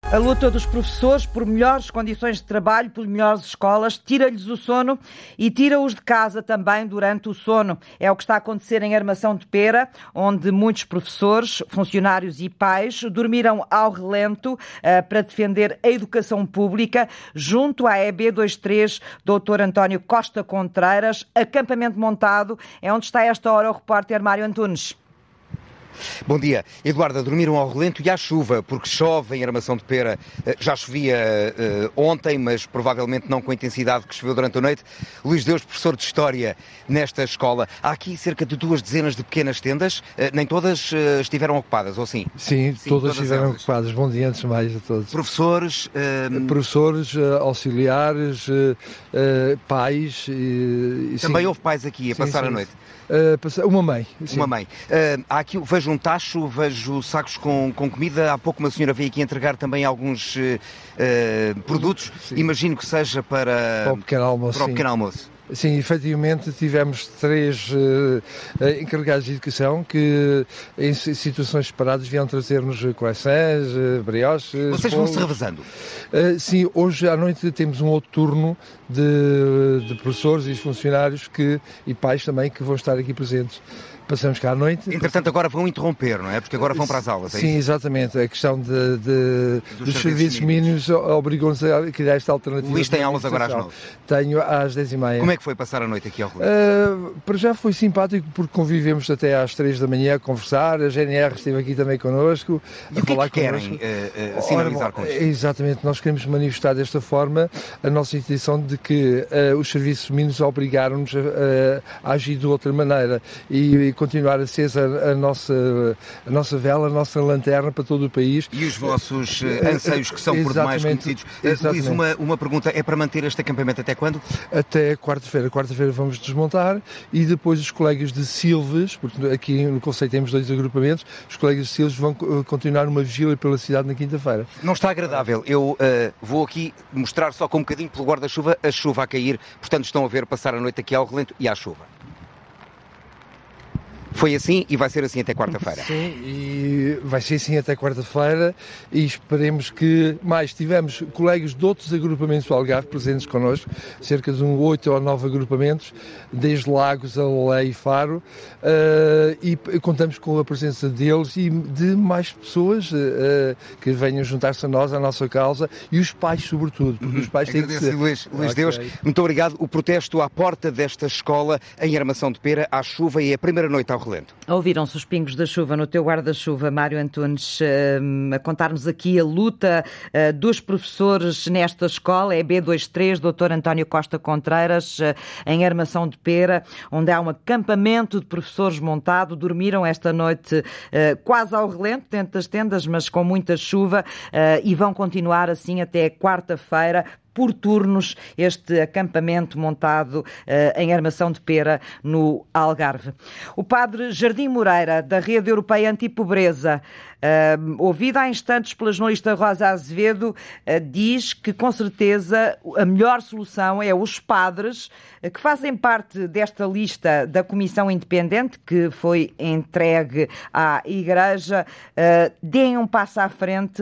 A luta dos professores por melhores condições de trabalho, por melhores escolas, tira-lhes o sono e tira-os de casa também durante o sono. É o que está a acontecer em Armação de Pera, onde muitos professores, funcionários e pais dormiram ao relento para defender a educação pública junto à EB23 Dr. António Costa Contreiras. Acampamento montado é onde está a esta hora o repórter Mário Antunes. Bom dia. Eduardo, dormiram ao relento e à chuva, porque chove em Armação de Pera. Já chovia ontem, mas provavelmente não com a intensidade que choveu durante a noite. Luís Deus, professor de História nesta escola. Há aqui cerca de 2 dezenas de pequenas tendas. Nem todas estiveram ocupadas, ou sim? Sim, todas estiveram ocupadas. Bom dia, antes de mais, a todos. Professores? Professores, auxiliares, pais. Também houve pais aqui a passar a noite? Uma mãe. Sim. Uma mãe. Há aqui, vejo um tacho, vejo sacos com comida. Há pouco uma senhora veio aqui entregar também alguns produtos. Sim. Imagino que seja para o pequeno almoço. Para o pequeno almoço. Sim, efetivamente tivemos 3 encarregados de educação que em situações separadas vieram trazer-nos croissants, brioches. Vocês vão se revezando? Sim, hoje à noite temos um outro turno de professores e funcionários e pais também que vão estar aqui presentes. Passamos cá à noite. Entretanto, agora vão interromper, não é? Porque agora vão para as aulas, é Sim, isso? Exatamente. A questão dos serviços mínimos obrigou-nos a criar esta alternativa. O Luís tem aulas agora às 9? Tenho às 10h30. Como é que foi passar a noite aqui ao relento? Para já foi simpático porque convivemos até às 3 da manhã a conversar. A GNR esteve aqui também connosco. E o que é que querem sinalizar com isto? Exatamente. Nós queremos manifestar desta forma a nossa intenção de que os serviços mínimos obrigaram-nos a agir de outra maneira e continuar acesa a nossa vela, a nossa lanterna para todo o país. E os vossos anseios que são por demais conhecidos. Luís, uma pergunta, é para manter este acampamento até quando? Até quarta-feira. Quarta-feira vamos desmontar e depois os colegas de Silves, porque aqui no conceito temos 2 agrupamentos, os colegas de Silves vão continuar uma vigília pela cidade na quinta-feira. Não está agradável. Eu vou aqui mostrar só com um bocadinho pelo guarda-chuva a chuva a cair, portanto estão a ver passar a noite aqui ao relento e à chuva. Foi assim e vai ser assim até quarta-feira. Sim, e vai ser assim até quarta-feira e esperemos que mais. Tivemos colegas de outros agrupamentos do Algarve presentes connosco, cerca de 8 ou 9 agrupamentos, desde Lagos a Olé e Faro, e contamos com a presença deles e de mais pessoas que venham juntar-se a nós, à nossa causa, e os pais sobretudo. Porque os pais têm que ser... Luís Deus, muito obrigado. O protesto à porta desta escola em Armação de Pera, à chuva, e a primeira noite ao relento. Ouviram-se os pingos da chuva no teu guarda-chuva, Mário Antunes, a contar-nos aqui a luta dos professores nesta escola, é B23, Dr. António Costa Contreiras, em Armação de Pera, onde há um acampamento de professores montado. Dormiram esta noite quase ao relento, dentro das tendas, mas com muita chuva, e vão continuar assim até quarta-feira, por turnos, este acampamento montado em Armação de Pera, no Algarve. O padre Jardim Moreira, da Rede Europeia Antipobreza, ouvido há instantes pela jornalista Rosa Azevedo, diz que com certeza a melhor solução é os padres que fazem parte desta lista da Comissão Independente que foi entregue à Igreja, deem um passo à frente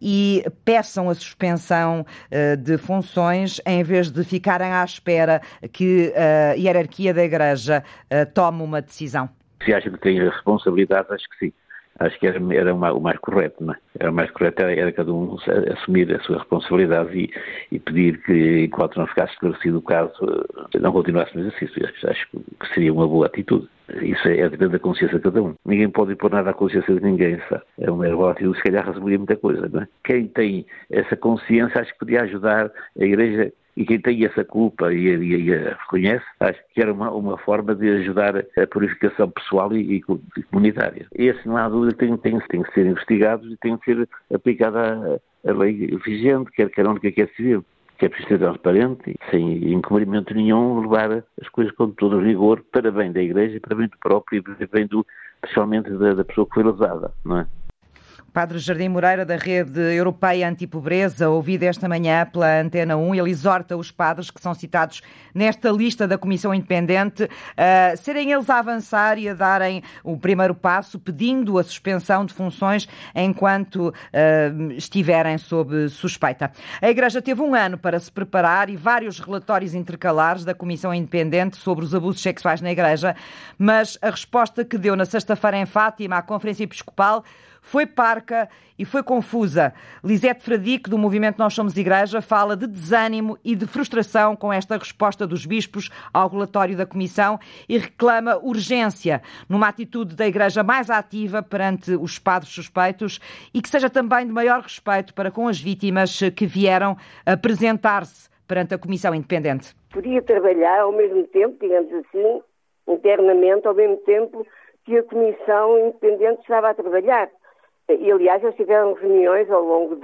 e peçam a suspensão de funções em vez de ficarem à espera que a hierarquia da Igreja tome uma decisão. Se acha que tem responsabilidade, acho que sim. Acho que era o mais correto, não é? Era o mais correto, era cada um assumir a sua responsabilidade e pedir que, enquanto não ficasse esclarecido o caso, não continuasse no exercício. Acho que seria uma boa atitude. Isso depende da consciência de cada um. Ninguém pode impor nada à consciência de ninguém, sabe? É uma boa atitude, se calhar resolveria muita coisa, não é? Quem tem essa consciência, acho que podia ajudar a Igreja. E quem tem essa culpa e a reconhece, acho que era uma forma de ajudar a purificação pessoal e comunitária. Esse, não há dúvida, tem que ser investigados e tem que ser aplicada a lei vigente, quer onde quer civil. Que é preciso ser transparente, sem encobrimento nenhum, levar as coisas com todo o rigor, para bem da Igreja, para bem do próprio e para bem, especialmente da pessoa que foi lesada, não é? Padre Jardim Moreira, da Rede Europeia Antipobreza, ouvido esta manhã pela Antena 1, ele exorta os padres que são citados nesta lista da Comissão Independente a serem eles a avançar e a darem o primeiro passo, pedindo a suspensão de funções enquanto estiverem sob suspeita. A Igreja teve 1 ano para se preparar e vários relatórios intercalares da Comissão Independente sobre os abusos sexuais na Igreja, mas a resposta que deu na sexta-feira em Fátima à Conferência Episcopal foi parca e foi confusa. Lisete Fradique, do movimento Nós Somos Igreja, fala de desânimo e de frustração com esta resposta dos bispos ao relatório da Comissão e reclama urgência numa atitude da Igreja mais ativa perante os padres suspeitos e que seja também de maior respeito para com as vítimas que vieram apresentar-se perante a Comissão Independente. Podia trabalhar ao mesmo tempo, digamos assim, internamente, ao mesmo tempo que a Comissão Independente estava a trabalhar. E, aliás, eles tiveram reuniões ao longo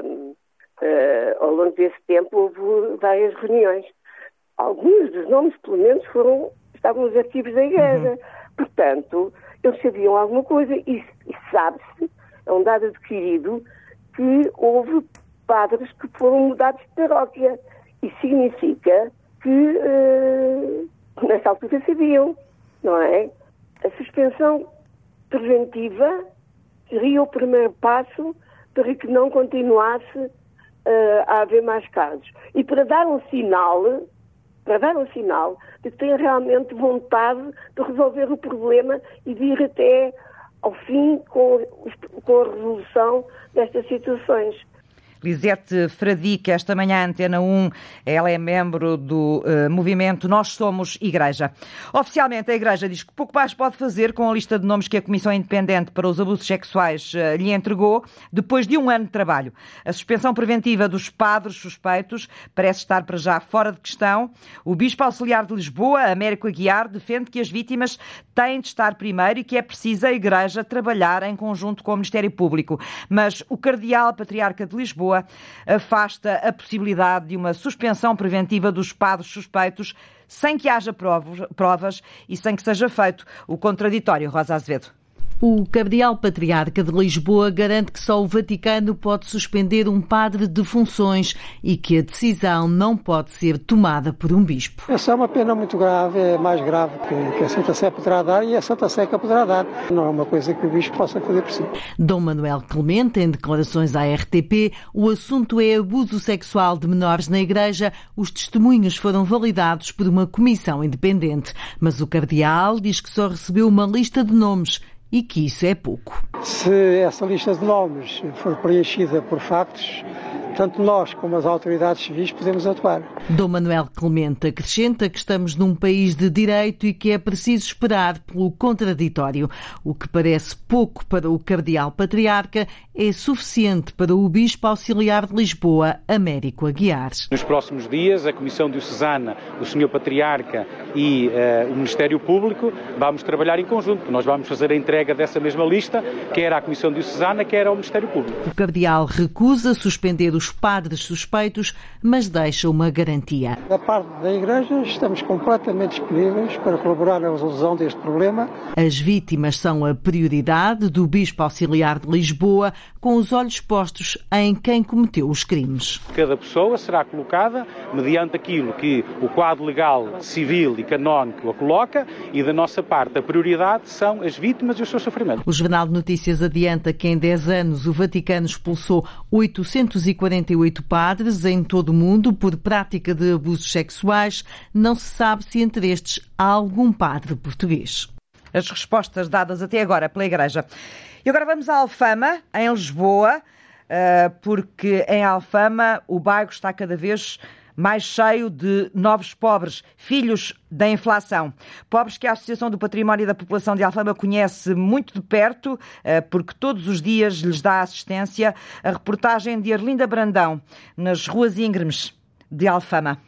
desse tempo, houve várias reuniões. Alguns dos nomes, pelo menos, estavam nos arquivos da Igreja. Portanto, eles sabiam alguma coisa e sabe-se, é um dado adquirido, que houve padres que foram mudados de paróquia. Isso significa que, nessa altura, sabiam, não é? A suspensão preventiva seria o primeiro passo para que não continuasse a haver mais casos. E para dar um sinal de que têm realmente vontade de resolver o problema e de ir até ao fim com a resolução destas situações. Lisete Fradique, esta manhã, Antena 1, ela é membro do movimento Nós Somos Igreja. Oficialmente, a Igreja diz que pouco mais pode fazer com a lista de nomes que a Comissão Independente para os Abusos Sexuais lhe entregou, depois de 1 ano de trabalho. A suspensão preventiva dos padres suspeitos parece estar para já fora de questão. O Bispo Auxiliar de Lisboa, Américo Aguiar, defende que as vítimas têm de estar primeiro e que é preciso a Igreja trabalhar em conjunto com o Ministério Público. Mas o Cardeal Patriarca de Lisboa afasta a possibilidade de uma suspensão preventiva dos padres suspeitos sem que haja provas e sem que seja feito o contraditório. Rosa Azevedo. O Cardeal Patriarca de Lisboa garante que só o Vaticano pode suspender um padre de funções e que a decisão não pode ser tomada por um bispo. Essa é uma pena muito grave, é mais grave que a Santa Sé poderá dar e a Santa Sé que a poderá dar. Não é uma coisa que o bispo possa fazer por si. Dom Manuel Clemente, em declarações à RTP, o assunto é abuso sexual de menores na Igreja. Os testemunhos foram validados por uma comissão independente. Mas o Cardeal diz que só recebeu uma lista de nomes e que isso é pouco. Se essa lista de nomes for preenchida por factos, tanto nós como as autoridades civis podemos atuar. Dom Manuel Clemente acrescenta que estamos num país de direito e que é preciso esperar pelo contraditório. O que parece pouco para o Cardeal Patriarca é suficiente para o Bispo Auxiliar de Lisboa, Américo Aguiar. Nos próximos dias, a Comissão Diocesana, o Sr. Patriarca e o Ministério Público vamos trabalhar em conjunto. Nós vamos fazer a entrega dessa mesma lista, quer à Comissão Diocesana, quer ao Ministério Público. O Cardeal recusa suspender os padres suspeitos, mas deixa uma garantia. Da parte da Igreja, estamos completamente disponíveis para colaborar na resolução deste problema. As vítimas são a prioridade do Bispo Auxiliar de Lisboa, com os olhos postos em quem cometeu os crimes. Cada pessoa será colocada mediante aquilo que o quadro legal, civil e canónico a coloca e, da nossa parte, a prioridade são as vítimas e o seu sofrimento. O Jornal de Notícias adianta que em 10 anos o Vaticano expulsou 848 padres em todo o mundo por prática de abusos sexuais. Não se sabe se entre estes há algum padre português. As respostas dadas até agora pela Igreja. E agora vamos à Alfama, em Lisboa, porque em Alfama o bairro está cada vez mais cheio de novos pobres, filhos da inflação. Pobres que a Associação do Património e da População de Alfama conhece muito de perto, porque todos os dias lhes dá assistência. A reportagem de Arlinda Brandão, nas ruas íngremes de Alfama.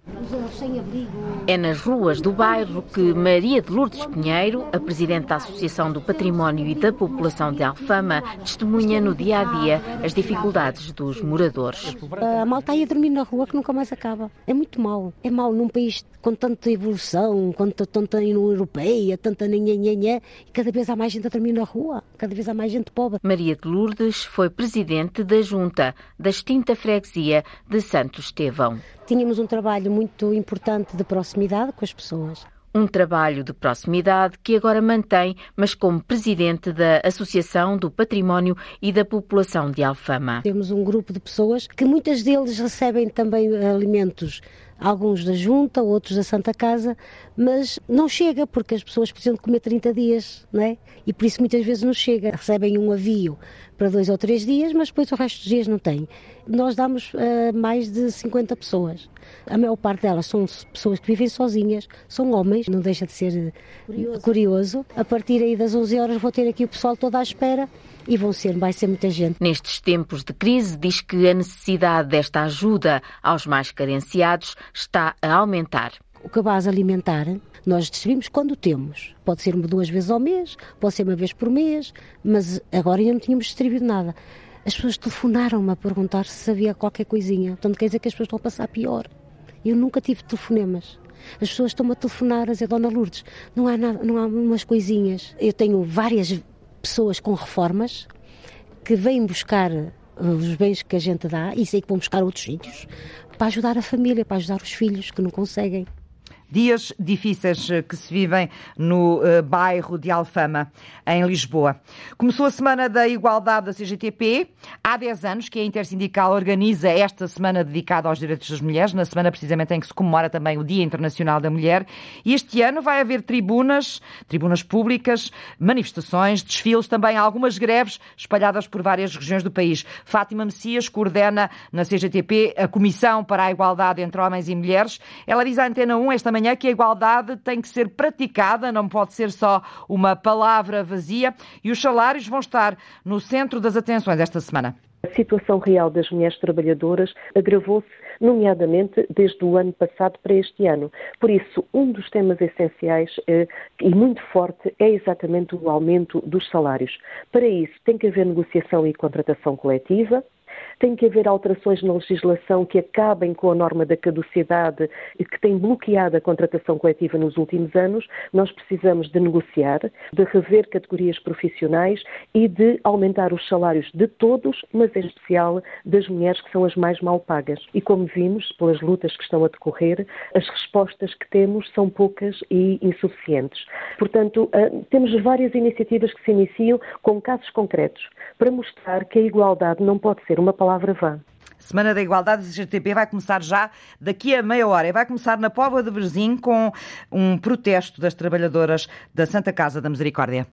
É nas ruas do bairro que Maria de Lourdes Pinheiro, a presidente da Associação do Património e da População de Alfama, testemunha no dia-a-dia as dificuldades dos moradores. A malta aí a dormir na rua que nunca mais acaba. É muito mau. É mau num país com tanta evolução, com tanta União Europeia, tanta nhanhanhanhã, e cada vez há mais gente a dormir na rua, cada vez há mais gente pobre. Maria de Lourdes foi presidente da Junta da extinta freguesia de Santo Estevão. Tínhamos um trabalho muito importante de proximidade com as pessoas. Um trabalho de proximidade que agora mantém, mas como presidente da Associação do Património e da População de Alfama. Temos um grupo de pessoas que muitas deles recebem também alimentos, alguns da Junta, outros da Santa Casa, mas não chega porque as pessoas precisam de comer 30 dias, não é? E por isso muitas vezes não chega. Recebem um avio para 2 ou 3 dias, mas depois o resto dos dias não têm. Nós damos mais de 50 pessoas. A maior parte delas são pessoas que vivem sozinhas, são homens, não deixa de ser curioso. A partir aí das 11 horas vou ter aqui o pessoal todo à espera e vai ser muita gente. Nestes tempos de crise, diz que a necessidade desta ajuda aos mais carenciados está a aumentar. O cabaz alimentar nós distribuímos quando temos. Pode ser 2 vezes ao mês, pode ser 1 vez por mês, mas agora ainda não tínhamos distribuído nada. As pessoas telefonaram-me a perguntar se havia qualquer coisinha. Portanto, quer dizer que as pessoas estão a passar pior. Eu nunca tive telefonemas. As pessoas estão-me a telefonar a dizer, Dona Lourdes, não há umas coisinhas. Eu tenho várias pessoas com reformas que vêm buscar os bens que a gente dá e sei que vão buscar outros sítios para ajudar a família, para ajudar os filhos que não conseguem. Dias difíceis que se vivem no bairro de Alfama, em Lisboa. Começou a Semana da Igualdade da CGTP. Há 10 anos que a Intersindical organiza esta semana dedicada aos direitos das mulheres, na semana precisamente em que se comemora também o Dia Internacional da Mulher. E este ano vai haver tribunas públicas, manifestações, desfiles, também algumas greves espalhadas por várias regiões do país. Fátima Messias coordena na CGTP a Comissão para a Igualdade entre Homens e Mulheres. Ela diz à Antena 1 esta manhã que a igualdade tem que ser praticada, não pode ser só uma palavra vazia, e os salários vão estar no centro das atenções esta semana. A situação real das mulheres trabalhadoras agravou-se, nomeadamente, desde o ano passado para este ano. Por isso, um dos temas essenciais e muito forte é exatamente o aumento dos salários. Para isso, tem que haver negociação e contratação coletiva. Tem que haver alterações na legislação que acabem com a norma da caducidade e que tem bloqueado a contratação coletiva nos últimos anos. Nós precisamos de negociar, de rever categorias profissionais e de aumentar os salários de todos, mas em especial das mulheres que são as mais mal pagas. E como vimos, pelas lutas que estão a decorrer, as respostas que temos são poucas e insuficientes. Portanto, temos várias iniciativas que se iniciam com casos concretos para mostrar que a igualdade não pode ser uma palavra vã. Semana da Igualdade da CGTP vai começar já daqui a meia hora e vai começar na Póvoa de Varzim com um protesto das trabalhadoras da Santa Casa da Misericórdia.